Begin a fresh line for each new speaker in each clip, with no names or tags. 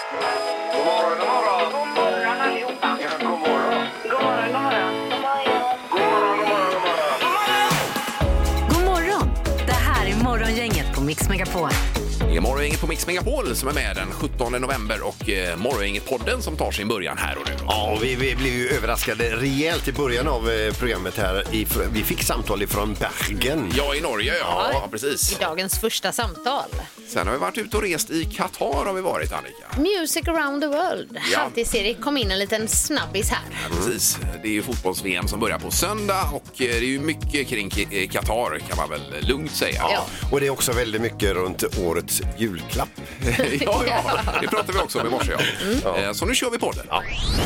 God morgon, god morgon.
God morgon allihopa.
Ja, god morgon.
God morgon, god morgon.
God morgon, god morgon, god morgon.
God morgon! Det här är Morgongänget på Mix Megapol.
Det är Morgongänget på Mix Megapol som är med den 17 november och Morgongänget-podden som tar sin början här och nu.
Ja, vi blev ju överraskade rejält i början av programmet här. Vi fick samtal ifrån Bergen.
Ja, i Norge, ja precis.
I dagens första samtal.
Sen har vi varit ute och rest i Qatar har vi varit, Annika.
Music around the world.
Ja.
Halvtids-Erik kom in en liten snabbis här.
Ja, precis. Det är ju fotbolls-VM som börjar på söndag och det är ju mycket kring Qatar kan man väl lugnt säga.
Ja.
Och det är också väldigt mycket runt årets julklapp.
ja, det pratar vi också om i morse. Ja. Så nu kör vi podden. Ja.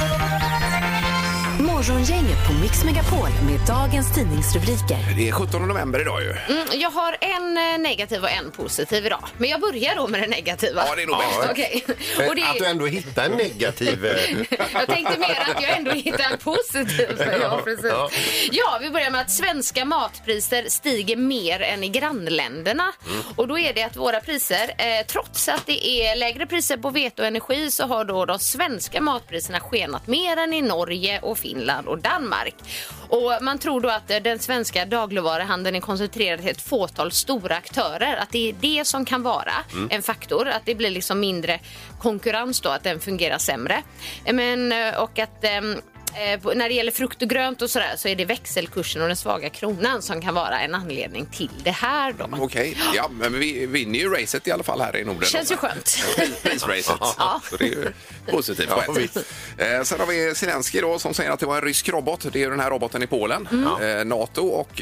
Morgongänget på Mix Megapol med dagens tidningsrubriker.
Det är 17 november idag ju.
Jag har en negativ och en positiv idag. Men jag börjar då med det negativa.
Ja, det är nog bäst.
Okej. Och det
Att du ändå hittar en negativ...
Jag tänkte mer att jag ändå hittar en positiv. Ja, precis. Ja, vi börjar med att svenska matpriser stiger mer än i grannländerna. Och då är det att våra priser, trots att det är lägre priser på vete och energi, så har då de svenska matpriserna skenat mer än i Norge och Finland och Danmark. Och man tror då att den svenska dagligvaruhandeln är koncentrerad till ett fåtal stora aktörer. Att det är det som kan vara en faktor. Att det blir liksom mindre konkurrens då, att den fungerar sämre. Och att... när det gäller frukt och grönt och sådär, så är det växelkursen och den svaga kronan som kan vara en anledning till det här då.
Okej, ja, men vi vinner ju racet i alla fall här i Norden.
Känns ju skönt.
Prisracet.
Ja.
Så det är ju positivt på ett. Sen har vi Zelensky då som säger att det var en rysk robot. Det är den här roboten i Polen. NATO och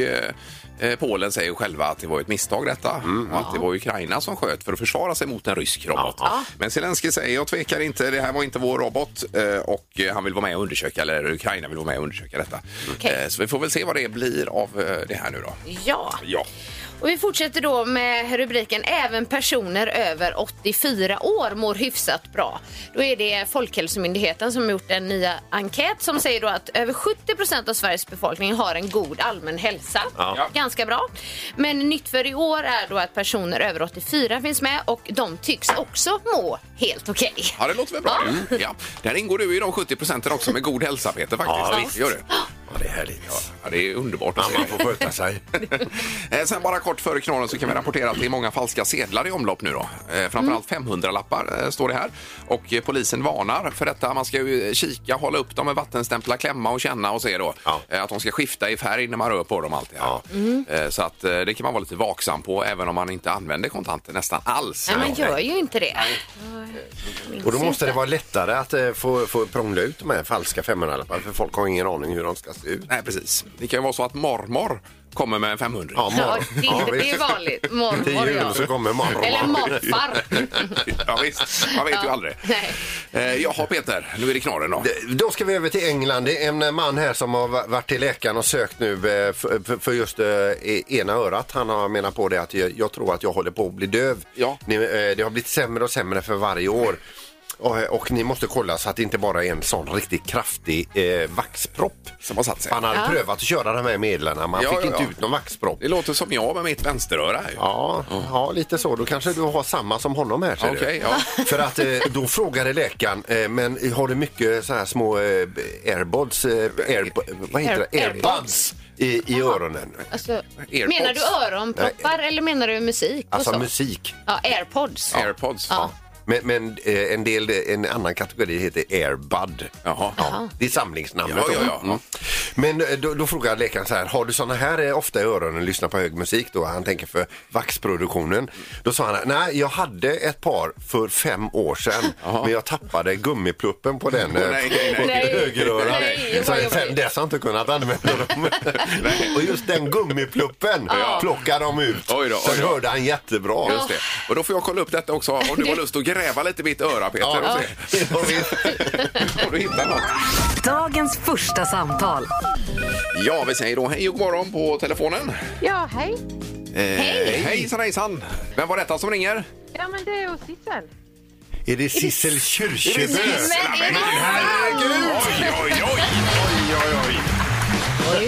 Polen säger ju själva att det var ett misstag detta. Och att det var Ukraina som sköt för att försvara sig mot en rysk robot. Men Zelensky säger, jag tvekar inte, det här var inte vår robot och han vill vara med och undersöka, eller Ukraina vill vara med och undersöka detta. Så vi får väl se vad det blir av det här nu då. Ja.
Och vi fortsätter då med rubriken även personer över 84 år mår hyfsat bra. Då är det Folkhälsomyndigheten som har gjort en nya enkät som säger då att över 70% av Sveriges befolkning har en god allmän hälsa. Ganska bra. Men nytt för i år är då att personer över 84 finns med och de tycks också må helt okej.
Ja, det låter väl bra. Ja. Där ingår du i de 70% också med god hälsa, Peter, faktiskt.
Ja,
visst gör det.
Ja, det är härligt.
Ja, det är underbart att se.
Man får sköta sig.
Sen bara kort före knorren så kan vi rapportera att det är många falska sedlar i omlopp nu då. Framförallt 500-lappar står det här. Och polisen varnar för detta. Man ska ju kika, hålla upp dem med vattenstämplar, klämma och känna och se då att de ska skifta i färg när man rör på dem alltid här. Så att det kan man vara lite vaksam på även om man inte använder kontanter nästan alls.
Nej, man gör ju inte det.
Och då måste det vara lättare att få prångla ut de här falska 500-lappar, för folk har ingen aning hur de ska se ut.
Nej, precis. Det kan ju vara så att mormor kommer med en 500.
Ja, det är vanligt. Mormor,
till jul så kommer mormor.
Eller morfar.
Ja, visst. Man vet ju aldrig. Jaha, Peter, nu är det knorren då.
Då ska vi över till England. Det är en man här som har varit till läkaren och sökt nu för just ena örat. Han har menat på det att jag tror att jag håller på att bli döv.
Ja.
Det har blivit sämre och sämre för varje år. Och ni måste kolla så att det inte bara är en sån riktigt kraftig vaxpropp
som har satt sig.
Han hade prövat att köra de här medlen. Man fick inte ut någon vaxpropp.
Det låter som jag med mitt vänsteröra.
Ja, lite så. Då kanske du har samma som honom här.
Okej.
För att då frågade läkaren, men har du mycket så här små airbuds? Airbuds i öronen.
Alltså, menar du öronproppar eller menar du musik?
Alltså musik.
Ja, airpods.
Airpods.
Ja.
Men en annan kategori heter Airbud.
Jaha.
Det är samlingsnamnet.
Ja.
Men då frågar läkaren så här, har du såna här ofta i öronen, lyssnar på hög musik då? Han tänker för vaxproduktionen. Då sa han, nej, jag hade ett par för 5 år sedan. Men jag tappade gummipluppen på den högeröran. Så sen dess har jag inte kunnat använda dem. Och just den gummipluppen plockade de ut. Så hörde han jättebra.
Just det. Och då får jag kolla upp detta också. Om du har lust att gräva lite i mitt öra, Peter. Har du hittat något?
Dagens första samtal.
Ja, vi säger då hej och god morgon på telefonen.
Ja, hej.
Hejsan. Vem var detta som ringer?
Ja, men det är Sissel.
Är det Sissel Kyrkjebø?
Men herregud!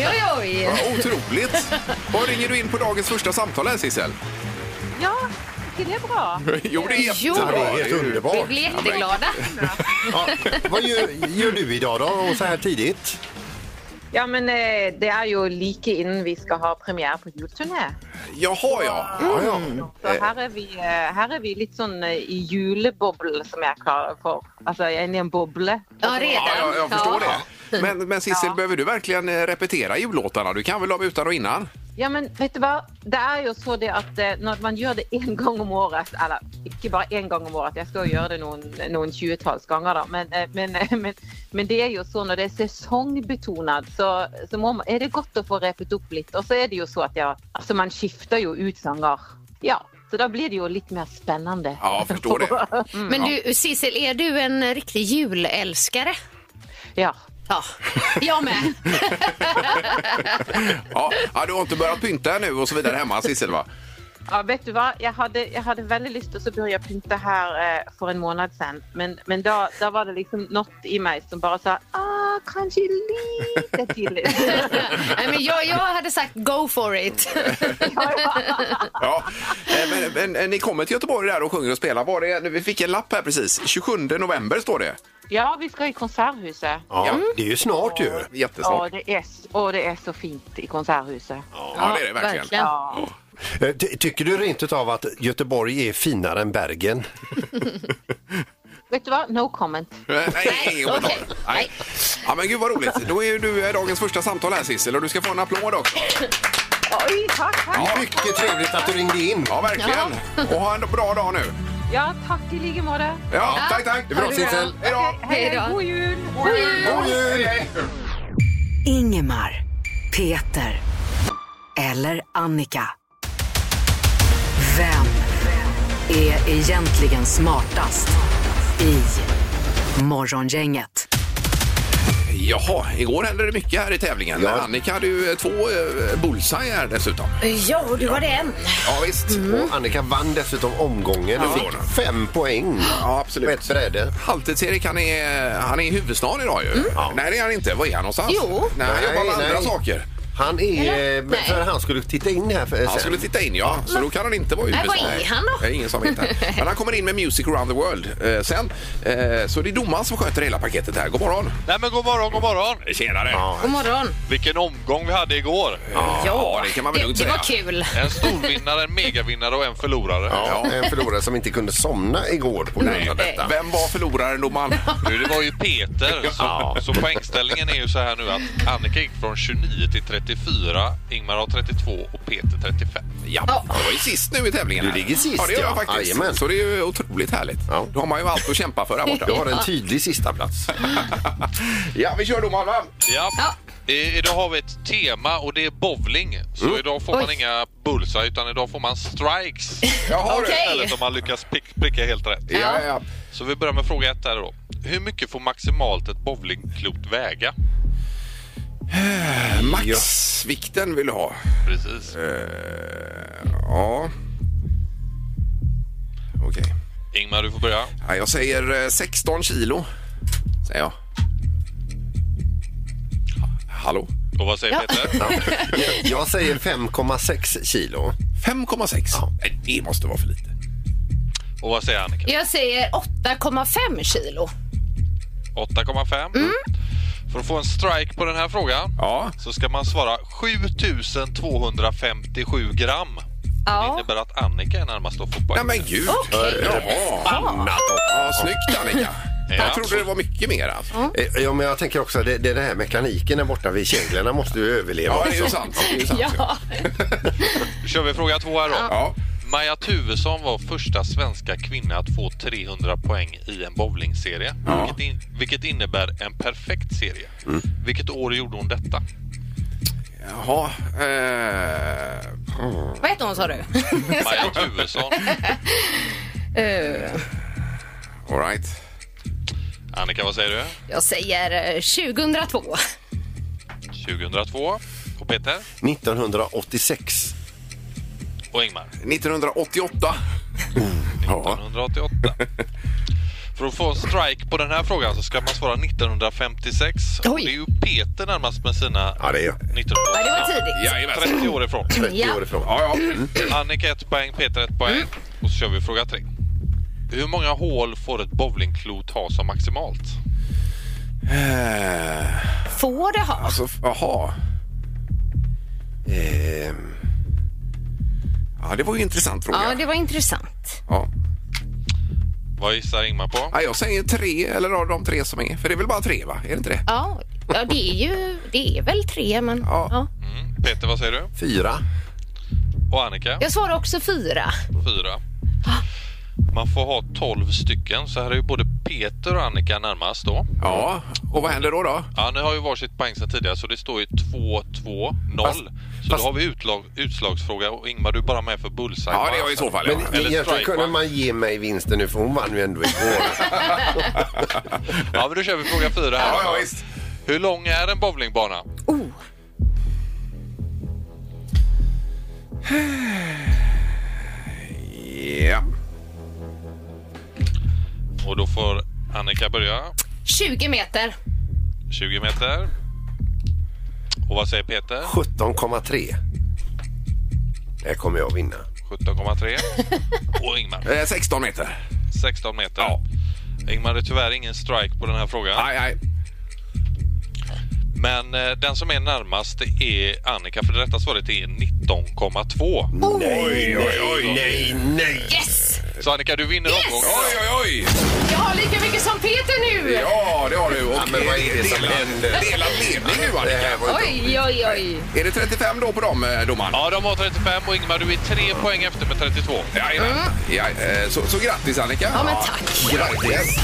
Oj.
Vad otroligt. Vad ringer du in på dagens första samtal här, Sissel?
Ja, inte det bra?
Jo, det är
Jo,
Ja, det är helt
vi
underbart.
blir jätteglada.
Ja, vad gör du idag då, och så här tidigt?
Ja, men det är ju lika innan vi ska ha premiär på julturné.
Jaha, ja.
Så här är vi lite sån i julebobbel som jag kallar för. Alltså jag är inne i en bubbla.
Ja, redan.
Ja, jag förstår det. Men Sissel, behöver du verkligen repetera jullåtarna? Du kan väl dem utan och innan?
Ja, men vet du vad? Det är ju så det att när man gör det en gång om året, eller inte bara en gång om året, jag ska göra det någon 20-tals gånger då, men det är ju så när det är säsongbetonat så är det gott att få repet upp lite, och så är det ju så att man skiftar ju ut sånger. Ja, så då blir det ju lite mer spännande.
Ja, jag förstår det.
Men du, Sissel, är du en riktig julälskare?
Ja.
Ja, jag med.
Ja, du har inte börjat pynta nu och så vidare hemma, Sissel, va?
Ja, vet du vad? Jag hade väldigt lust att börja pynta här för en månad sedan. Men då var det liksom något i mig som bara sa, kanske lite till.
Nej, men jag hade sagt go for it.
Ja, men ni kommer till Göteborg där och sjunger och spelar. Vi fick en lapp här precis. 27 november står det.
Ja, vi ska i Konserthuset.
Ja, det är ju snart ju.
Jättesnart.
Det är så fint i Konserthuset.
Ja, det är det verkligen.
Ja.
Tycker du rent utav att Göteborg är finare än Bergen?
Vet du vad? No comment.
Nej,
okej.
Nej. Ja, men gud vad roligt. Då är ju du dagens första samtal här, Sissel, och du ska få en applåd också.
Oj, tack.
Ja, mycket trevligt att du ringde in.
Ja, verkligen. Och ha en bra dag nu.
Ja, tack i lika måte.
Ja, tack.
Det är bra, Sissel.
Hej då.
Hej då.
God jul.
God jul!
Ingemar, Peter eller Annika. Vem är egentligen smartast i Morgongänget?
Jaha, igår hände det mycket här i tävlingen.
Ja.
Annika hade ju 2 bullseye här dessutom.
Ja, och du var det en.
Ja, visst.
Och Annika vann dessutom omgången och
Ja.
fick 5 poäng.
Ja, absolut.
På ett bräde.
Halvtids-Erik, han är i huvudstaden idag ju. Ja. Nej, det är han inte. Var är han någonstans?
Jo.
Nej, han jobbar med andra saker.
Han är...
Nej.
För han skulle titta in här för,
Han
sen.
skulle titta in, ja. Så då kan han inte vara i
Nej,
USA.
var är han då?
Det är ingen som vet det. Men han kommer in med Music around the world sen. Så det är domaren som sköter hela paketet här. God morgon.
Nej men god morgon.
Tjenare.
Ja.
God morgon.
Vilken omgång vi hade igår.
Ja, det kan man väl lugnt
Det
säga.
var kul.
En storvinnare, en megavinnare och en förlorare.
Ja, en förlorare som inte kunde somna igår på grund av detta.
Vem var förloraren, domaren?
Nu, det var ju Peter. Så poängställningen är ju så här nu att Annika gick från 29 till 34, Ingmar har 32 och Peter 35.
Ja, det var ju sist nu i tävlingen.
Du
här.
ligger sist,
Ja, det gör jag
ja.
faktiskt.
Jajamän.
Så det är ju otroligt härligt.
Ja.
Då har man ju allt att kämpa för här borta.
Du har en tydlig sista plats.
Ja, vi kör domaren, va?
Ja. Idag har vi ett tema och det är bowling. Så idag får man inga bullseye utan idag får man strikes.
Jaha, du.
Okej.
Eller om man lyckas pricka helt rätt.
Ja.
Så vi börjar med fråga 1 här då. Hur mycket får maximalt ett bowlingklot väga?
Maxvikten vill du ha.
Precis.
Ja. Okej.
Ingmar, du får börja.
Ja, jag säger 16 kilo. Säger jag. Hallå?
Och vad säger Peter?
Jag säger 5,6 kilo.
5,6? Nej, det måste vara för lite.
Och vad säger Annika?
Jag säger 8,5 kilo.
8,5. För att få en strike på den här frågan så ska man svara 7257 gram. Det
Ja.
innebär att Annika är närmast att få poäng.
Nej men gud.
Okej.
Jaha. Ja, snyggt Annika. Jag trodde det var mycket mer alltså.
Ja, men jag tänker också det är det här mekaniken där borta vid känglarna måste ju överleva.
Ja, det är ju
också.
sant. Det är ju sant.
Ja.
Då kör vi fråga 2 här då.
Ja.
Maja Tuvesson var första svenska kvinna att få 300 poäng i en bowlingserie. Vilket innebär en perfekt serie. Vilket år gjorde hon detta?
Jaha.
Vad heter hon, sa du?
Maja Tuvesson.
All right.
Annika, vad säger du?
Jag säger 2002.
2002. Och Peter?
1986.
Och Ingmar?
1988. Ja.
1988. För att få en strike på den här frågan så ska man svara 1956.
Oj.
Det är ju Peter närmast med sina 1900.
Ja, det var tidigt.
Jajamän.
30 år ifrån.
30 år ifrån.
Ja.
Annika 1 poäng, Peter 1 poäng. Och så kör vi fråga 3. Hur många hål får ett bowlingklot ha som maximalt?
Får det ha?
Alltså, jaha. Ja, det var ju en intressant fråga.
Ja, det var intressant.
Ja.
Vad gissar Ingmar på?
Ja, jag säger 3 eller av de 3 som är. För det är väl bara 3, va? Är det inte det?
Ja, det är väl 3, men...
Ja.
Ja.
Peter, vad säger du?
4.
Och Annika?
Jag svarar också 4.
4. Man får ha 12 stycken. Så här är ju både Peter och Annika närmast då.
Ja, och vad händer då?
Ja, ni har ju varsitt poäng sedan tidigare så det står ju 2-2-0. Så då har vi utslagsfråga och Ingmar, du är bara med för bullseye.
Ja, det är i så fall. Ja.
Men
Eller
egentligen
strike,
kunde
va?
man ge mig vinsten nu för hon vann ju ändå igår.
Ja, men då kör vi fråga 4 här.
Ja, visst.
Hur lång är en bowlingbana?
Ja.
Och då får Annika börja.
20 meter.
20 meter. Och vad säger Peter?
17,3. Det kommer jag att vinna.
17,3. Och Ingmar?
16 meter.
16 meter.
Ja.
Ingmar, det är tyvärr ingen strike på den här frågan.
Nej.
Men den som är närmast är Annika, för det rätta svaret är 19,2.
Nej.
Yes!
Så Annika, du vinner omgången.
Oj.
Jag har lika mycket som Peter nu!
Ja, det har du. Och
men vad är det som händer?
delad ledning nu, Annika.
Oj.
Är det 35 då på dem, domaren?
Ja, de har 35 och Ingmar, du är 3 poäng efter med 32.
Jajamän. Ja, så grattis, Annika.
Ja, men tack.
Grattis.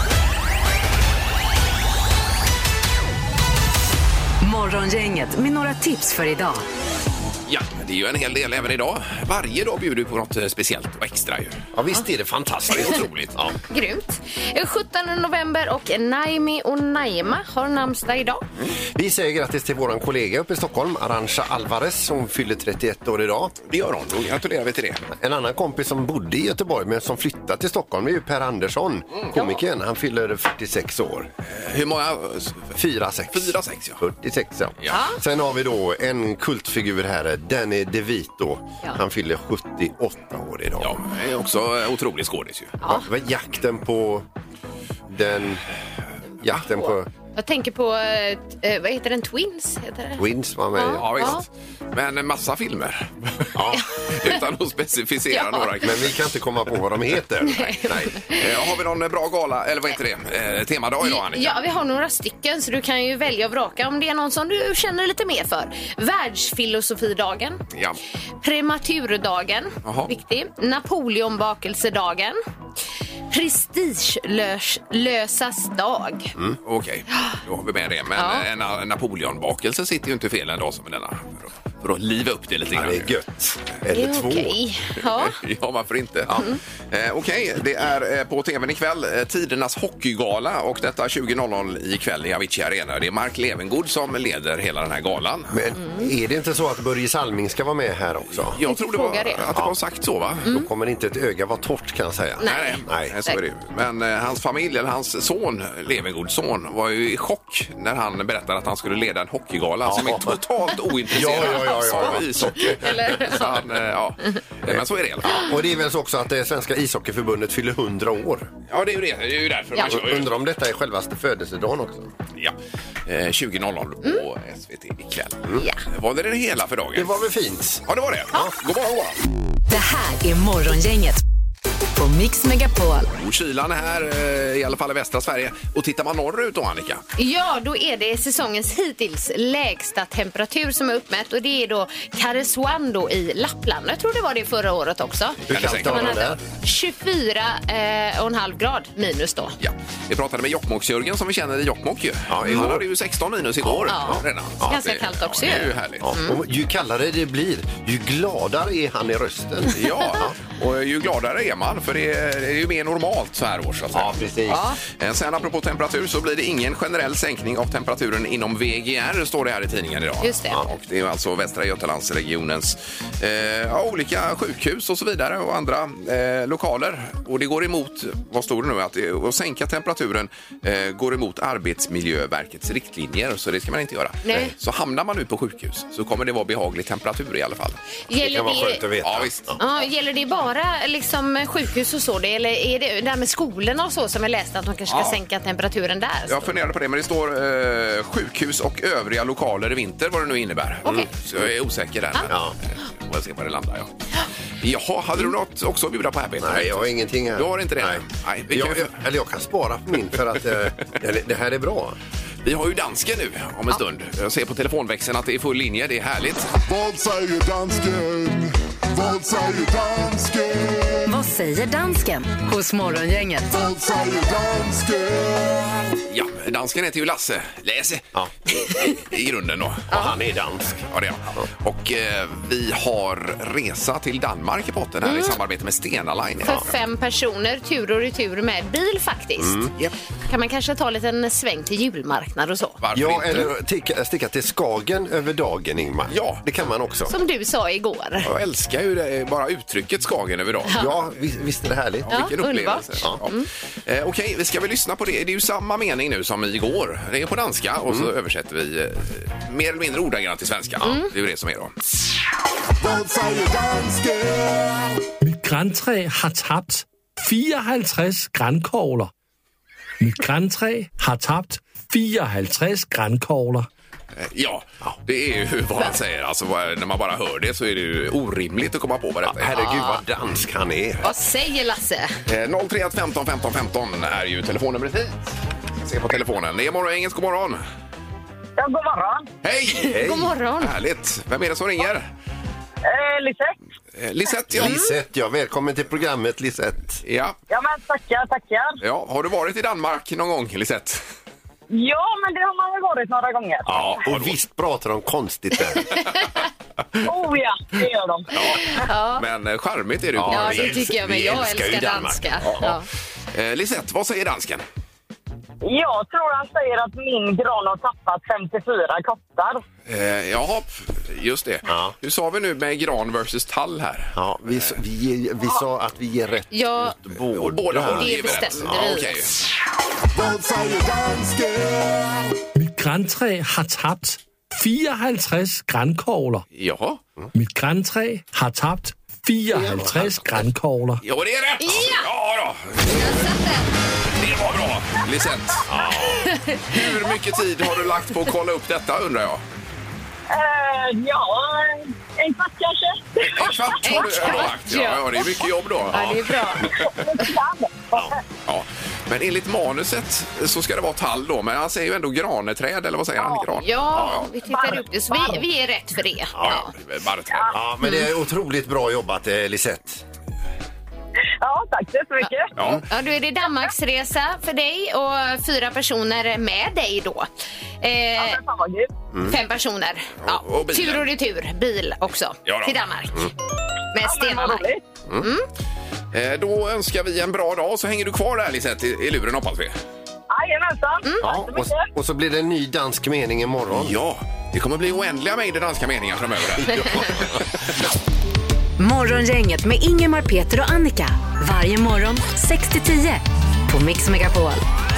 Morgongänget med några tips för idag.
Ja, det är ju en hel del även idag. Varje dag bjuder du på något speciellt och extra ju.
Ja, visst är det fantastiskt.
Det är otroligt. Ja.
Grymt. 17 november och Naimi och Naima har namnsdag idag.
Vi säger grattis till våran kollega uppe i Stockholm, Arantxa Alvarez, som fyller 31 år idag.
Det gör hon. Då gratulerar vi till det.
En annan kompis som bodde i Göteborg men som flyttade till Stockholm är ju Per Andersson, komikern. Han fyller 46 år.
Hur många?
4-6.
4-6, ja.
46, ja.
Ja.
Sen har vi då en kultfigur här, Danny DeVito. Han fyller 78 år idag.
Ja, det är också otroligt skådis ju.
Ja. Jakten på den... Jakten på...
Jag tänker på, vad heter den? Twins? Heter det?
Twins var med.
Ja, visst. Men en massa filmer. Ja. Utan att specificera några.
Men vi kan inte komma på vad de heter.
Nej. Har vi någon bra gala, eller vad heter det? Temadag idag, Annika?
Ja, vi har några stycken så du kan ju välja och vraka om det är någon som du känner lite mer för. Världsfilosofidagen.
Ja.
Prematurdagen.
Jaha.
Viktig. Napoleonbakelsedagen. Prestigelösas dag.
Okej, då har vi med det. Men en Napoleonbakelse sitter ju inte fel en dag som denna. För att liva upp det lite
Ja,
grann.
det är gött. Eller två.
Okej. Ja.
Ja, varför inte? Okej, det är på tvn ikväll tidernas hockeygala och detta 20.00 ikväll i Avicii Arena. Det är Mark Levengood som leder hela den här galan.
Men är det inte så att Börje Salming ska vara med här också?
Jag tror att det var sagt så, va?
Då kommer inte ett öga vara torrt, kan jag säga.
Nej, så är det ju. Men hans familj, eller hans son, Levengoods son, var ju i chock när han berättade att han skulle leda en hockeygala som är totalt ointresserad av ishockey. Så han, men så är det i alla fall.
Och det är väl så också att det svenska ishockeyförbundet fyller 100 år.
Ja, det är ju det. Det är ju därför man kör.
Undrar om detta är självaste födelsedagen också.
Ja, 20.00 på SVT ikväll. Var det hela för dagen?
Det var väl fint?
Ja, det var det. God morgon.
Det här är Morgongänget på Mix Megapol.
Och kylan är här, i alla fall i västra Sverige. Och tittar man norrut då, Annika?
Ja, då är det säsongens hittills lägsta temperatur som är uppmätt och det är då Karesuando i Lappland. Jag tror det var det förra året också.
Hur kallt var det där?
24,5 grad minus då.
Ja, vi pratade med Jokkmokks-Jörgen som vi känner i Jokkmokk ju.
Ja,
Han hade ju 16 minus igår redan.
Ganska kallt också.
Det är ju härligt.
Ja, och ju kallare det blir, ju gladare är han i rösten.
Ja, Och ju gladare är man, för det är ju mer normalt så här års. Så att säga.
Ja, precis.
Sen apropå temperatur så blir det ingen generell sänkning av temperaturen inom VGR, står det här i tidningen idag.
Just det.
Och det är alltså Västra Götalandsregionens olika sjukhus och så vidare och andra lokaler. Och det går emot, vad står det nu, att sänka temperaturen går emot Arbetsmiljöverkets riktlinjer, så det ska man inte göra.
Nej.
Så hamnar man nu på sjukhus så kommer det vara behaglig temperatur i alla fall.
Gäller
Det kan vara skönt att veta.
Ja, visst.
Ja, gäller det bara liksom sjukhus och så, eller är det där med skolorna och så som jag läste att de kanske ska sänka temperaturen där?
Jag funderade på det, men det står sjukhus och övriga lokaler i vinter, vad det nu innebär.
Okej.
Så jag är osäker där. Får jag se vad det landar, Jaha, hade du något också att bjuda på här, Peter?
Nej, jag har ingenting här.
Du har inte det?
Nej.
Nej,
Jag kan spara på min för att det här är bra.
vi har ju dansken nu om en stund. Jag ser på telefonväxeln att det är full linje, det är härligt.
Vad säger dansken? Vad säger dansken?
Vad säger dansken hos Morgongänget?
Vad säger dansken?
Ja, dansken heter ju Lasse. Läse.
Ja.
I grunden då.
Och han är dansk.
Ja, det är han. Och vi har resa till Danmark i potten här i samarbete med Stena Line.
För 5 personer, tur och retur med bil faktiskt.
Japp.
Kan man kanske ta en liten sväng till julmarknad och så?
Varför
Ja,
inte?
eller sticka till Skagen över dagen, Ingmar.
Ja.
Det kan man också.
Som du sa igår.
Jag älskar ju det, bara uttrycket Skagen över dagen.
Ja, visst är det härligt.
Ja,
Vilken upplevelse.
underbart.
Ja. Okej, vi ska väl lyssna på det. Det är ju samma mening nu som igår. Det är på danska och så översätter vi mer eller mindre ordagrant till svenska. Det är ju det som är då.
Vad säger dansken?
Mit grantræ har tabt 54 grankogler. Mit grantræ har tabt 54 grankogler.
Ja, det är ju vad han säger. Alltså, när man bara hör det så är det ju orimligt att komma på vad detta är.
Herregud vad dansk han är.
Vad säger Lasse?
031 15 15 15 är ju telefonnumret hit. Se på telefonen. Det är Morgongänget, god morgon.
Ja, god morgon.
Hej!
God morgon.
Härligt. Vem är det som ringer?
Lisette.
Lisette, ja.
Lisette, ja. Välkommen till programmet, Lisette.
Ja.
Ja, men tackar.
Ja, har du varit i Danmark någon gång, Lisette?
Ja, men det har man väl varit några gånger.
Ja, och visst pratar de konstigt där.
Oh ja, det gör de.
Men charmigt är det ju.
Ja,
på
det tycker jag, men
Vi
jag
älskar ju
älskar
Danmark.
danska.
Ja.
Ja.
Lisette, vad säger dansken?
Jag tror han säger att min gran har tappat 54 kottar.
Jaha, just det.
Ja.
Hur sa vi nu med gran versus tall här?
Ja, vi sa att vi ger rätt
Ja,
Och båda håll
det
ger vi rätt.
bestämde
Ja,
vi.
okej.
Vad säger dansken?
Mit grantræ har tabt 54 grankogler.
Jaha.
Mit grantræ har tabt 54 grankogler.
Ja, det är rätt! Ja då. Det var bra, Lisette. Hur mycket tid har du lagt på att kolla upp detta, undrar jag?
Ja, en kvart kanske.
En kvart har du lagt. Ja, det är mycket jobb då.
Ja, det är bra.
Ja. Men enligt manuset så ska det vara tall då, men han säger ju ändå graneträd, eller vad säger han? Gran?
Ja, vi tittar upp det. Så vi är rätt för det.
Ja, barrträd.
Ja, men det är otroligt bra jobbat, Lisette.
Ja, tack så mycket.
Ja.
Ja, då är det Danmarksresa för dig och 4 personer med dig då.
Men fan vad gud.
5 personer. Ja.
Och bilen.
Tur och retur. Bil också.
Ja då.
Till Danmark. Med
Men
Stena
vad
Line.
roligt.
Då önskar vi en bra dag, så hänger du kvar där, Lisette, i luren, hoppas vi.
Jajamensan.
Ja,
Tack så mycket.
och så blir det en ny dansk mening imorgon.
Ja, det kommer bli oändliga mängder danska meningar framöver.
Morgongänget med Ingemar, Peter och Annika. Varje morgon 6-10 på Mix Megapol.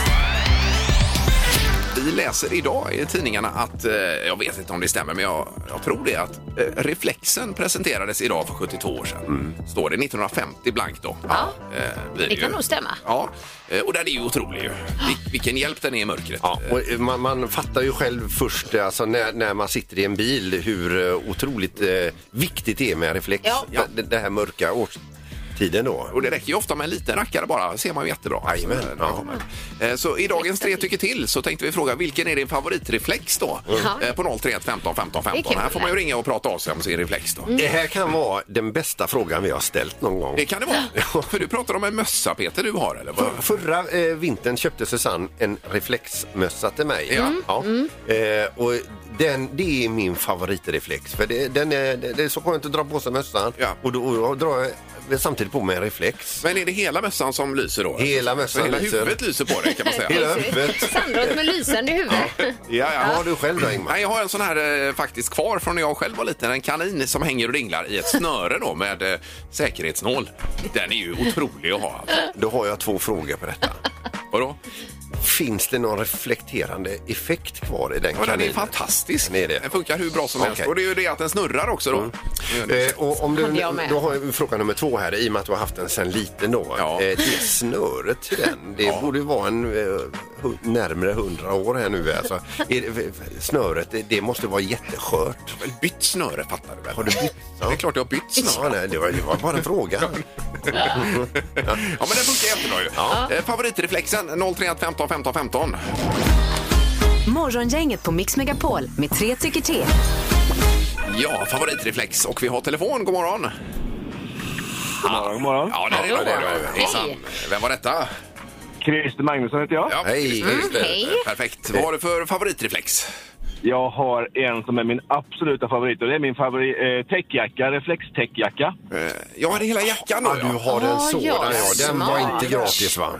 Vi läser idag i tidningarna att, jag vet inte om det stämmer, men jag tror det, att Reflexen presenterades idag för 72 år sedan. Står det 1950 blankt då.
Ja,
blir
det kan
ju.
nog stämma.
Ja, och den är ju otrolig ju. Vilken hjälp den är i mörkret.
Ja, och man fattar ju själv först, alltså när man sitter i en bil, hur otroligt viktigt det är med reflex.
Ja.
Det här mörka årstiden då.
Och det räcker ju ofta med en liten rackare bara, ser man ju jättebra.
Jajamän,
Så, när jag kommer. Så i dagens 3 tycker till så tänkte vi fråga, vilken är din favoritreflex då? På 031 15 15 15.
kul.
Här får man ju ringa och prata av sig om sin reflex då.
Det här kan vara den bästa frågan vi har ställt någon gång.
Det kan det vara. För du pratar om en mössa, Peter, du har, eller vad?
Förra vintern köpte Susanne en reflexmössa till mig.
Ja.
Ja. Och det är min favoritreflex. För det är så skönt att dra på sig mössan.
Ja.
Och då drar jag samtidigt på med en reflex.
Men är det hela mössan som lyser då?
Hela mössan
hela
lyser.
huvudet lyser på dig kan man säga.
Hela huvudet.
Sandholt med lysande huvud.
Ja.
Vad har du själv då, Ingmar?
Nej, jag har en sån här faktiskt kvar från när jag själv var liten. En kanin som hänger och dinglar i ett snöre då med säkerhetsnål. Den är ju otrolig att ha. Alltså.
Då har jag 2 frågor på detta.
Vadå?
Finns det någon reflekterande effekt kvar i den
Ja,
kaninen?
den är fantastisk.
Den är det.
Den funkar hur bra som helst.
Okej.
Och det är ju det att den snurrar också då.
Och om du,
Hade jag med.
då har jag fråga nummer 2 här, i och med att du har haft den sedan liten då.
Ja.
Det snöret till den, det borde ju vara närmare 100 år här nu. Alltså. Snöret, det måste vara jätteskört.
Väl bytt snöre, fattar du väl?
Har du bytt?
Det är klart jag har bytt snöre.
Ja, nej, det var bara en fråga.
Ja, men den funkar jättebra ju.
Ja.
Favoritreflexen 031 15 15 15.
Morgongänget på Mix Megapol med 3 tycker till.
Ja, favoritreflex. Och vi har telefon. God morgon.
God morgon.
Ja, det är det. Hejsan. Vem var detta?
Christer Magnusson heter jag.
Ja,
Hej.
Hej.
perfekt. Vad har du för favoritreflex?
Jag har en som är min absoluta favorit och det är min täckjacka, reflextäckjacka.
Jag hade hela jackan
Ja,
då.
du har den sådan,
ja,
ja. Den var
smart.
inte gratis, va?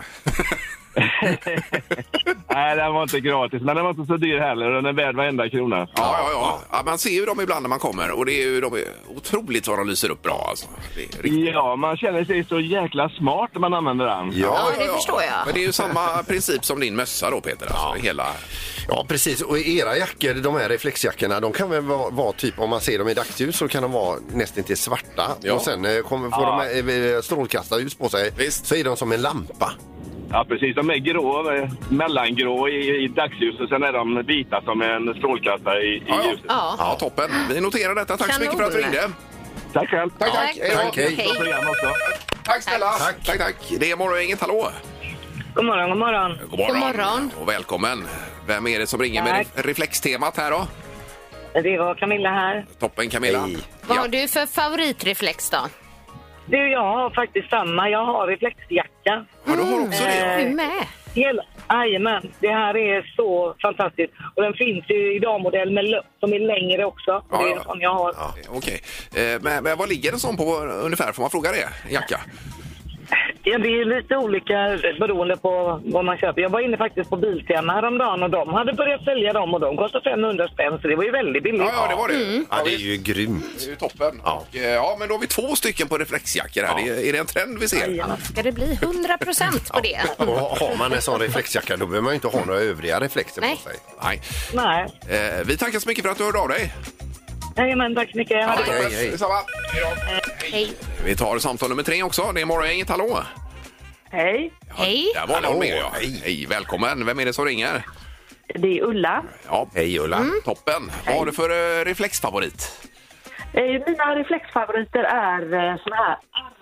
Nej, den var inte gratis, men den var inte så dyr heller och den är värd varenda krona.
Ja. Man ser ju dem ibland när man kommer och det är ju de är otroligt vad de lyser upp bra alltså. Det är riktigt.
Ja, man känner sig så jäkla smart när man använder den.
Ja, det förstår jag.
Men det är ju samma princip som din mössa då, Peter. Alltså, hela...
Ja, precis. Och era jackor, de här reflexjackorna, de kan väl vara typ, om man ser dem i dagsljus så kan de vara nästan till svarta.
Ja.
Och sen får de strålkastarljus på sig.
Visst.
Så är de som en lampa.
Ja, precis. De är grå, mellangrå i dagsljus och sen är de vita som en strålkastare i ljuset.
Ja, toppen. Vi noterar detta. Tack så mycket för att du ringde.
Tack själv.
Tack.
Tack, hej.
Bra program också.
Tack snälla. Tack. Det är morgongänget. Hallå.
God morgon, god morgon.
God morgon.
Och välkommen. Vem är det som ringer med reflextemat här då?
Det var Camilla här.
Toppen, Camilla.
Hej.
Vad har du för favoritreflex då?
Du, jag har faktiskt samma. Jag har reflexjacka.
Ja, du har också det.
Du med?
Jajamän, det här är så fantastiskt. Och den finns ju i dammodell som är längre också.
Ja,
det är
ja.
en sån jag har.
Okej. Men vad ligger det som på ungefär? Får man fråga det? Jacka?
Ja, det är lite olika beroende på vad man köper. Jag var inne faktiskt på Biltema häromdagen och de hade börjat sälja dem och de kostar 500 spänn så det var ju väldigt billigt.
Ja, det var det.
Ja, det är ju grymt.
Det är ju toppen.
Ja.
Och, men då har vi 2 stycken på reflexjackor här.
Ja.
Är det en trend vi ser?
Ska det bli 100% på det?
Och har man en sån reflexjacka då behöver man ju inte ha några övriga reflexer
Nej.
på sig.
Nej.
Nej.
Vi tackar så mycket för att du hörde av dig.
Jajamän, tack så mycket. Ha det
Hej,
gott.
hej.
Detsamma.
Hej.
Vi tar samtal nummer 3 också. Det är morgongänget. Hallå.
Hej,
Hej.
Där var någon
Hallå,
med, ja.
hej.
Hej, välkommen. Vem är det som ringer?
det är Ulla.
Ja,
Hej, Ulla.
toppen. Vad har du för reflexfavorit?
Mina reflexfavoriter är såna här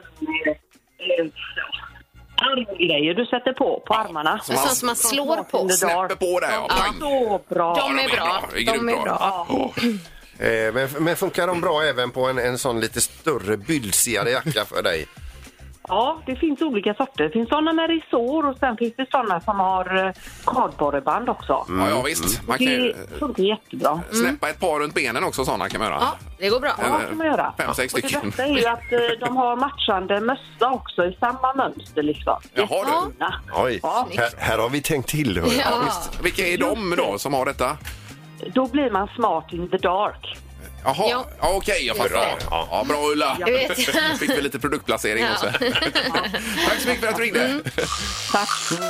armgrejer du sätter på armarna.
Sånt som man slår på.
Snäpper på där, ja. Pang.
Så bra.
De är bra.
Det är grymt
De är bra.
Men funkar de bra även på en sån lite större, bylsigare jacka för dig?
Ja, det finns olika sorter. Det finns sådana med resår och sen finns det sådana som har kardborreband också.
Ja, visst. Man kan ju
Det funkar jättebra.
snäppa ett par runt benen också, sådana kan man göra.
Ja, det går bra.
Ja, det kan man göra.
5-6
Och det
stycken.
bästa är ju att de har matchande mössa också i samma mönster liksom.
Jaha, du.
Jättefina.
Oj,
Ja.
här har vi tänkt till. hörru.
Ja.
Vilka är de då som har detta?
Då blir man smart in the dark.
Jaha,
Ja.
ja, okej, jag fattar. Ja, bra Ulla.
Jag vet.
Fick vi lite produktplacering
Ja.
också. Tack så mycket för att du ringde.
Tack.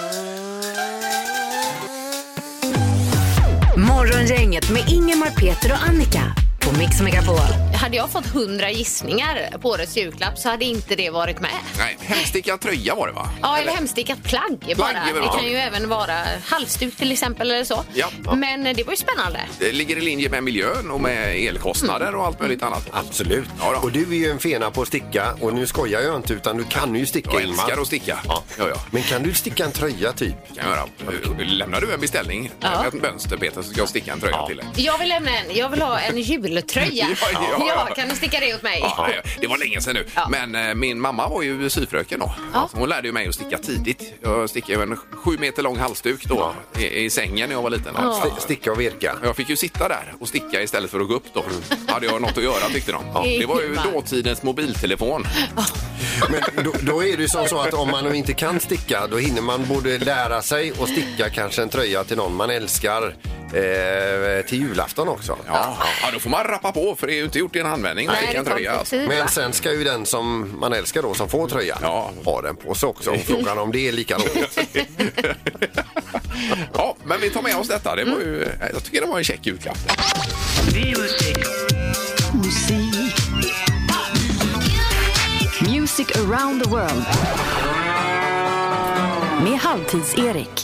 Morgongänget med Ingemar, Peter och Annika på Mix Megapol.
Hade jag fått 100 gissningar på årets julklapp så hade inte det varit med.
Nej, hemstickad tröja var det, va?
Ja, eller hemstickat plagg bara.
är väl
Det
bra.
kan ju även vara halsduk till exempel eller så.
Ja.
Men det var ju spännande.
Det ligger i linje med miljön och med elkostnader och allt möjligt annat.
Absolut.
Ja, då.
Och du är ju en fena på att sticka. Och nu skojar jag inte, utan du kan ju sticka.
Jag
Ingmar.
älskar att sticka.
Ja.
Ja.
Men kan du sticka en tröja typ?
Kan jag göra. Lämnar du en beställning med ett mönster, Peter, så ska jag sticka en tröja till dig.
Jag vill lämna en. Jag vill ha en ulltröja. Ja, kan du sticka det åt mig?
Ja, det var länge sedan nu.
Ja.
Men min mamma var ju syfröken då. Alltså, hon lärde ju mig att sticka tidigt. Jag stickade ju en 7 meter lång halsduk då i sängen när jag var liten.
Sticka och virka.
Jag fick ju sitta där och sticka istället för att gå upp då. Hade jag något att göra tyckte de. Det var ju dåtidens mobiltelefon.
Men då är det ju så att om man inte kan sticka, då hinner man borde lära sig att sticka kanske en tröja till någon man älskar till julafton också.
Ja, då får man rappa på för det är ju inte gjort i en användning.
Nej,
en tröja, alltså.
Men sen ska ju den som man älskar då, som får tröja, ha den på sig också. Frågan om det är lika roligt.
Ja, men vi tar med oss detta. Det var ju, jag tycker det var en check julklapp.
Music around the world. Med Halvtids-Erik.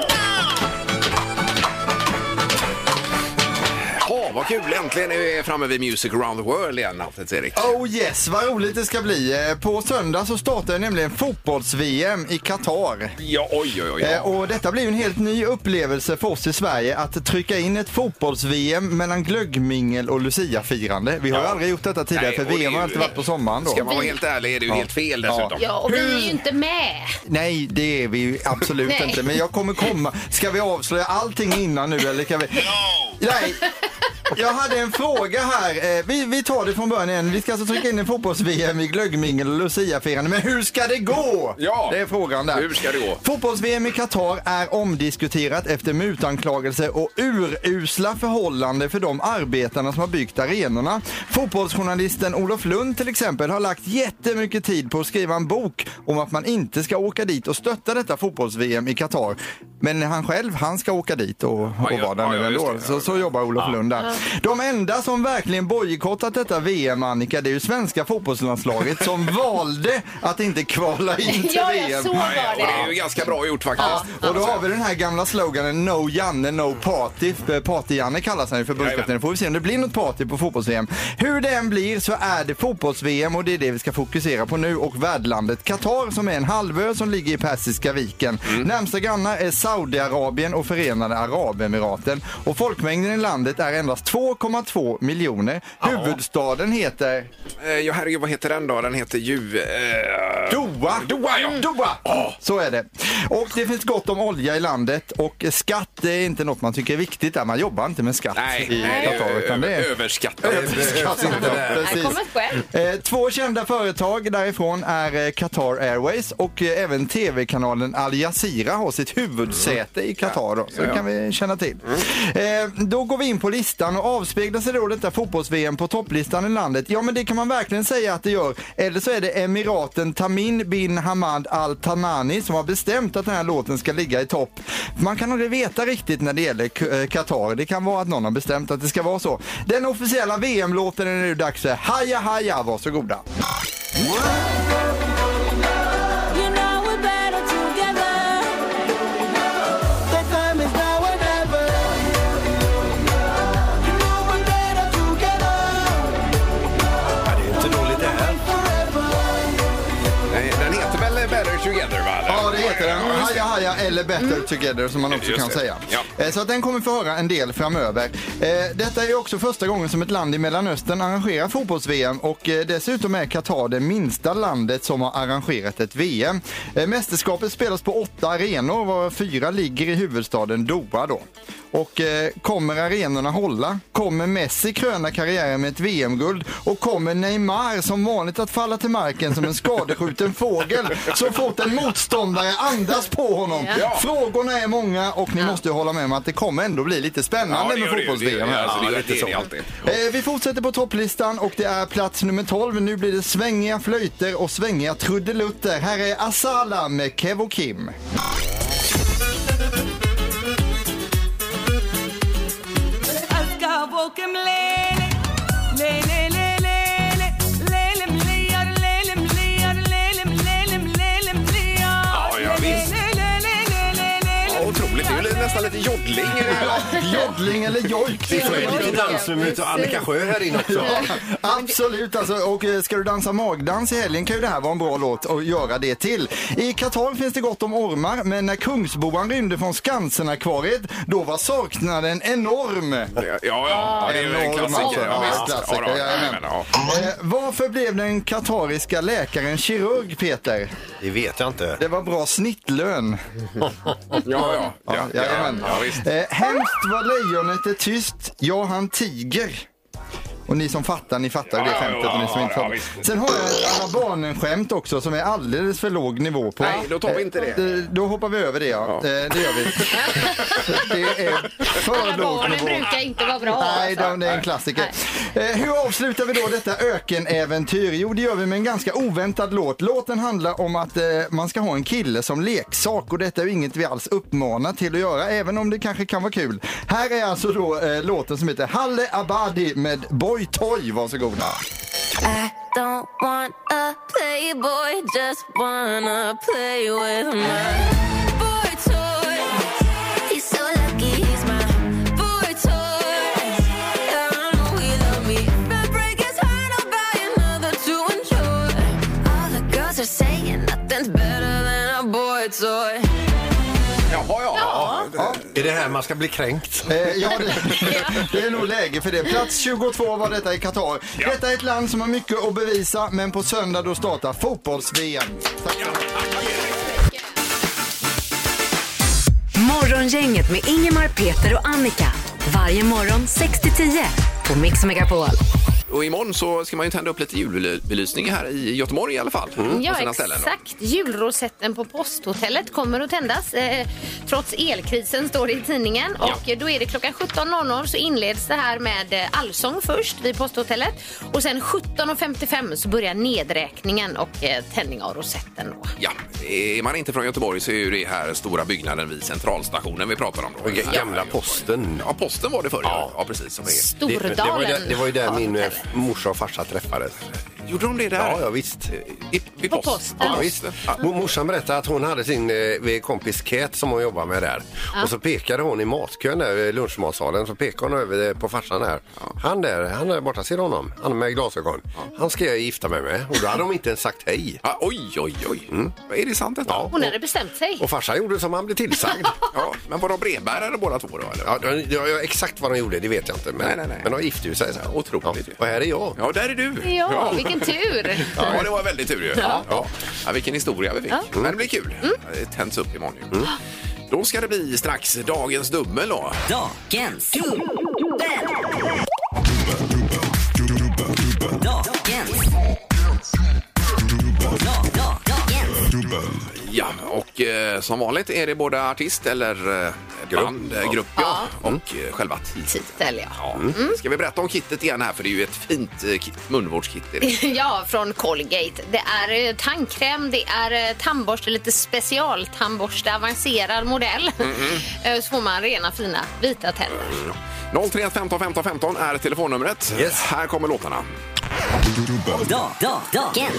Vad kul, äntligen är vi framme vid Music around the world igen, Erik.
Oh yes, vad roligt det ska bli. På söndag så startar nämligen fotbolls-VM i Qatar.
Ja, oj.
Och detta blir en helt ny upplevelse för oss i Sverige att trycka in ett fotbolls-VM mellan glöggmingel och Lucia-firande. Vi har ju aldrig gjort detta tidigare. Nej, för VM har alltid varit på sommaren då.
Ska man vara helt ärlig är det ju helt fel dessutom.
Ja, och vi är ju inte med.
Nej, det är vi ju absolut inte. Men jag kommer komma. Ska vi avslöja allting innan nu eller kan vi... Nej. Jag hade en fråga här. Vi tar det från början igen. Vi ska alltså trycka in en fotbolls-VM i glöggmingel och Lucia-firande. Men hur ska det gå?
Ja,
det är frågan där.
Hur ska det gå?
Fotbolls-VM i Qatar är omdiskuterat efter mutanklagelser och urusla förhållanden för de arbetarna som har byggt arenorna. Fotbollsjournalisten Olof Lund till exempel har lagt jättemycket tid på att skriva en bok om att man inte ska åka dit och stötta detta fotbolls-VM i Qatar. Men han ska åka dit och vara där nu ändå. Så jobbar Olof Lund där. De enda som verkligen bojkottat detta VM, Annika, det är ju svenska fotbollslandslaget som valde att inte kvala in till VM.
Så var det.
Det är ju ganska bra gjort faktiskt.
Och då har vi den här gamla sloganen No Janne, no party. Party-Janne kallas han ju för förbundskapten. Får vi se om det blir något party på fotbolls-VM. Hur det än blir så är det fotbolls-VM och det är det vi ska fokusera på nu. Och värdlandet Qatar som är en halvö som ligger i Persiska viken. Närmsta grannar är Saudiarabien och Förenade Arabemiraten. Och folkmängden i landet är endast 2,2 miljoner. Huvudstaden heter...
Ja, herregud, vad heter den då? Den heter ju...
Doha.
Doha.
Så är det. Och det finns gott om olja i landet och skatt är inte något man tycker är viktigt där. Man jobbar inte med skatt i Qatar. Utan det är
överskattat.
Precis. 2 kända företag därifrån är Qatar Airways och även tv-kanalen Al Jazeera har sitt huvudsäte i Qatar. Då. Så kan vi känna till. Då går vi in på listan och avspeglar sig då detta fotbolls-VM på topplistan i landet. Ja, men det kan man verkligen säga att det gör. Eller så är det emiraten Tamim bin Hamad Al Thani som har bestämt att den här låten ska ligga i topp. Man kan aldrig veta riktigt när det gäller Qatar. Det kan vara att någon har bestämt att det ska vara så. Den officiella VM-låten är nu dags för Haja Haja. Varsågoda.
Together, va?
Ja, det heter den. Haja Haja eller Better Together som man också kan säga. Ja. Så att den kommer få höra en del framöver. Detta är också första gången som ett land i Mellanöstern arrangerar fotbolls-VM och dessutom är Qatar det minsta landet som har arrangerat ett VM. Mästerskapet spelas på 8 arenor var 4 ligger i huvudstaden Doha då. Och kommer arenorna hålla? Kommer Messi kröna karriären med ett VM-guld? Och kommer Neymar som vanligt att falla till marken som en skadeskjuten fågel så fort en motståndare andas på honom? Ja. Frågorna är många och ni måste hålla med om att det kommer ändå bli lite spännande med fotbolls-VM. Vi fortsätter på topplistan och det är plats nummer 12. Nu blir det svängiga flöjter och svängiga trudelutter. Här är Asala med Kev och Kim.
Otroligt, det är ju nästan lite joddling i det här.
Joddling eller jojk.
Det är lite dansrum utav Annika Sjö här inne också.
Ja, absolut. Alltså, och ska du dansa magdans i helgen kan ju det här vara en bra låt att göra det till. I Qatar finns det gott om ormar, men när Kungsboan rymde från Skansen-akvariet, då var saknaden enorm.
Ja, det är ju en klassiker.
Varför blev den katariska läkaren kirurg, Peter?
Det vet jag inte.
Det var bra snittlön.
Ja, visst.
Hemskt vad lejonet är tyst, ja han tiger. Och ni som fattar, ni fattar ju det skämtet. Och ni som inte fattar. Sen har jag ett alla barnen-skämt också som är alldeles för låg nivå på.
Nej, då tar vi inte det.
Då hoppar vi över det, det gör vi. Det är för låg nivå.
Brukar inte vara bra.
Nej, det är en klassiker. Hur avslutar vi då detta ökenäventyr? Jo, det gör vi med en ganska oväntad låt. Låten handlar om att man ska ha en kille som leksak, och detta är ju inget vi alls uppmanar till att göra, även om det kanske kan vara kul. Här är alltså då låten som heter Halle Abadi med Boy Toy, varsågoda.
I don't want a playboy, just wanna play with my boy toy. He's so lucky, he's my boy toy. Yeah, I know he love me. If I break his heart, I'll buy another to enjoy. All the girls are saying nothing's better than a boy toy.
Ja.
Är det här man ska bli kränkt?
Ja, det är nog läge för det. Plats 22 var detta i Qatar. Ja. Detta är ett land som har mycket att bevisa, men på söndag då startar fotbolls-VM. Tack.
Morgongänget med Ingemar, Peter och Annika. Varje morgon 6-10 på Mix Megapol.
Och imorgon så ska man ju tända upp lite julbelysning här i Göteborg i alla fall.
Ja, exakt. Julrosetten på Posthotellet kommer att tändas. Trots elkrisen står det i tidningen. Ja. Och då är det klockan 17.00 så inleds det här med allsång först vid Posthotellet. Och sen 17.55 så börjar nedräkningen och tändning av rosetten då.
Ja, är man inte från Göteborg så är ju det här stora byggnaden vid centralstationen vi pratar om då.
Gamla posten.
Ja, posten var det förr. Ja, precis. Som
Stordalen.
Det var ju där min morsa och farsa träffades.
Gjorde de det där?
Ja, visst.
På posten?
Ja, visst. Morsan berättade att hon hade sin kompis Kät som hon jobbar med där. Och så pekade hon i matkön där, lunchmatsalen, så pekade hon över på farsan där. Han är borta, ser honom. Han med glasögon. Han ska jag gifta mig med. Och då hade de inte ens sagt hej.
Oj. Är det sant detta?
Ja. Hon hade bestämt sig.
Och farsan gjorde som han blev tillsagd.
Ja, men var de brevbärare båda två då? Eller?
Ja, exakt vad de gjorde, det vet jag inte. Men,
nej.
Men de gifte ju sig. Så här.
Otroligt.
Ja. Och här är jag.
Ja, där är du.
Ja, vilken tur.
Ja, det var väldigt tur ju. Ja, vilken historia vi fick. Men det blir kul. Det tänds upp imorgon ju. Då ska det bli strax dagens dubbel då.
Dagens dubbel.
Ja, och som vanligt är det både artist eller grupp och själva
titel. Ja.
Ska vi berätta om kittet igen här, för det är ju ett fint munvårdskit.
Ja, från Colgate. Det är tandkräm, det är tandborste, lite specialtandborste, avancerad modell. Så får man rena fina vita tänder.
031 15 15 15 är telefonnumret.
Yes.
Här kommer låtarna.
Dagens.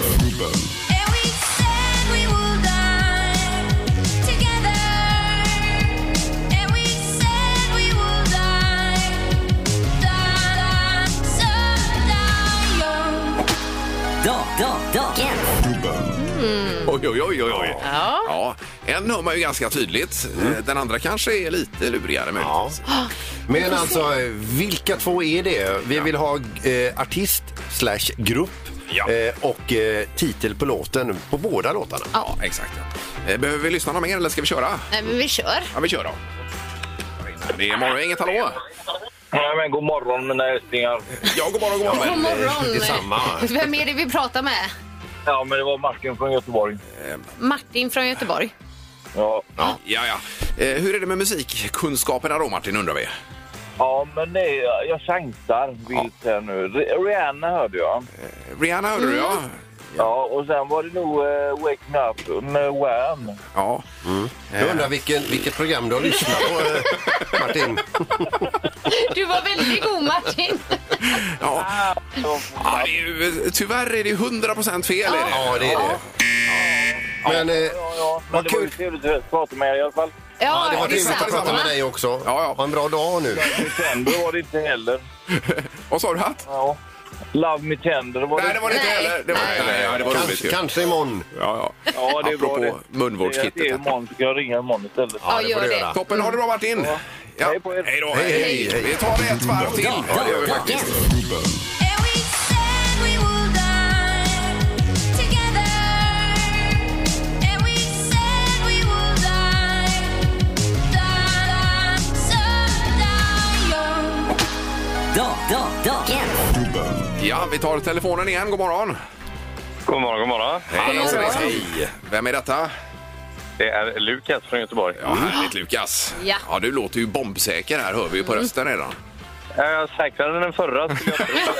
Oj. Ja, en hör man ju ganska tydligt. Den andra kanske är lite lurigare möjligtvis.
Ja. Men alltså, vilka två är det? Vi vill ha artist/grupp och titel på låten på båda låtarna.
Ja, exakt. Behöver vi lyssna något mer eller ska vi köra?
Vi kör.
Ja, vi kör då. Det är morgon, inget hallå.
Ja, men god morgon mina älsklingar.
Ja, god morgon.
God morgon.
Detsamma.
Vem är det vi pratar med?
Ja, men det var Martin från Göteborg.
Martin från Göteborg.
Ja.
Hur är det med musikkunskaperna då, Martin, undrar vi?
Ja, men det är, jag chansar vilt här nu. Rihanna hörde jag.
Rihanna hörde du, ja.
Ja, och sen var det nog Wake Me Up med Wham.
Ja.
Jag undrar vilket program du har lyssnat på, Martin.
Du var väldigt god, Martin.
Ja, det är ju, tyvärr är det 100% fel.
Ja, det är det. Men
men
vad
det
kul.
var ju trevligt att prata med er i alla fall.
Ja,
det var
det är
trevligt att
sant.
prata med dig också. Ha en bra dag nu.
Tender var det inte heller.
Vad sa du, Hatt?
Ja. Love Me Tender var det.
Nej, det var det inte heller. Det var roligt.
Kanske imorgon.
Ja, det är
apropå
bra det.
munvårdskittet.
Det är imorgon, ska jag ringa imorgon istället.
Ja, gör det.
Toppen, har du bra Martin? Ja.
Hej på er.
Hej då. Hej. Vi tar det ett varv till. Ja, det gör vi faktiskt. Ja, vi tar telefonen igen. God morgon.
God morgon.
Hej. Vem är detta?
Det är Lukas från Göteborg.
Ja, härligt Lukas.
Ja.
Ja, du låter ju bombsäker här, hör vi ju på rösten redan.
Jag säkrade den förra. Skulle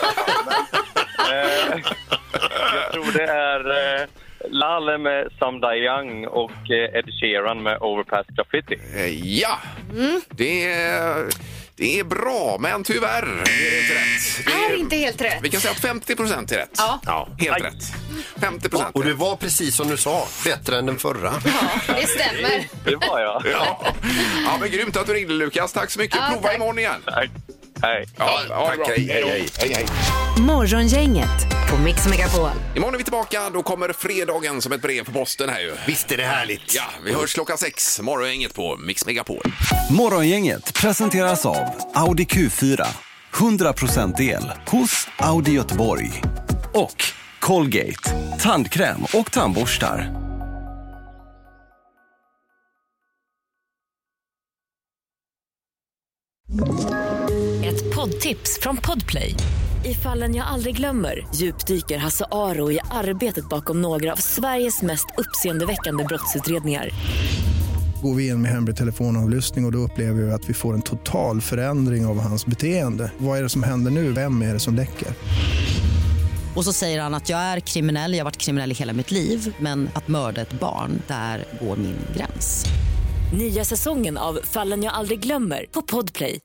jag tror det är Lalle med Some Die Young och Ed Sheeran med Overpass Graffiti.
Ja, det är bra, men tyvärr är det inte rätt.
Det är inte helt rätt.
Vi kan säga att 50% är rätt.
Ja.
Helt rätt. 50%.
Och det var precis som du sa, bättre än den förra.
Ja, det stämmer.
Det var jag.
Ja, men grymt att du ringde, Lukas. Tack så mycket.
Ja,
Prova
tack.
imorgon igen.
Tack. Hej.
Ja,
Tack,
bra.
hej.
Morgongänget på Mix Megapol.
Imorgon är vi tillbaka. Då kommer fredagen som ett brev på posten här ju.
Visst är det härligt.
Ja, vi hörs klockan 6. Morgongänget på Mix Megapol.
Morgongänget presenteras av Audi Q4. 100% el hos Audi Göteborg. Och Colgate. Tandkräm och tandborstar.
Ett poddtips från Podplay. I Fallen jag aldrig glömmer djupdyker Hasse Aro i arbetet bakom några av Sveriges mest uppseendeväckande brottsutredningar.
Går vi in med hemlig telefonavlyssning och då upplever vi att vi får en total förändring av hans beteende. Vad är det som händer nu? Vem är det som läcker?
Och så säger han att jag är kriminell, jag har varit kriminell i hela mitt liv. Men att mörda ett barn, där går min gräns.
Nya säsongen av Fallen jag aldrig glömmer på Podplay.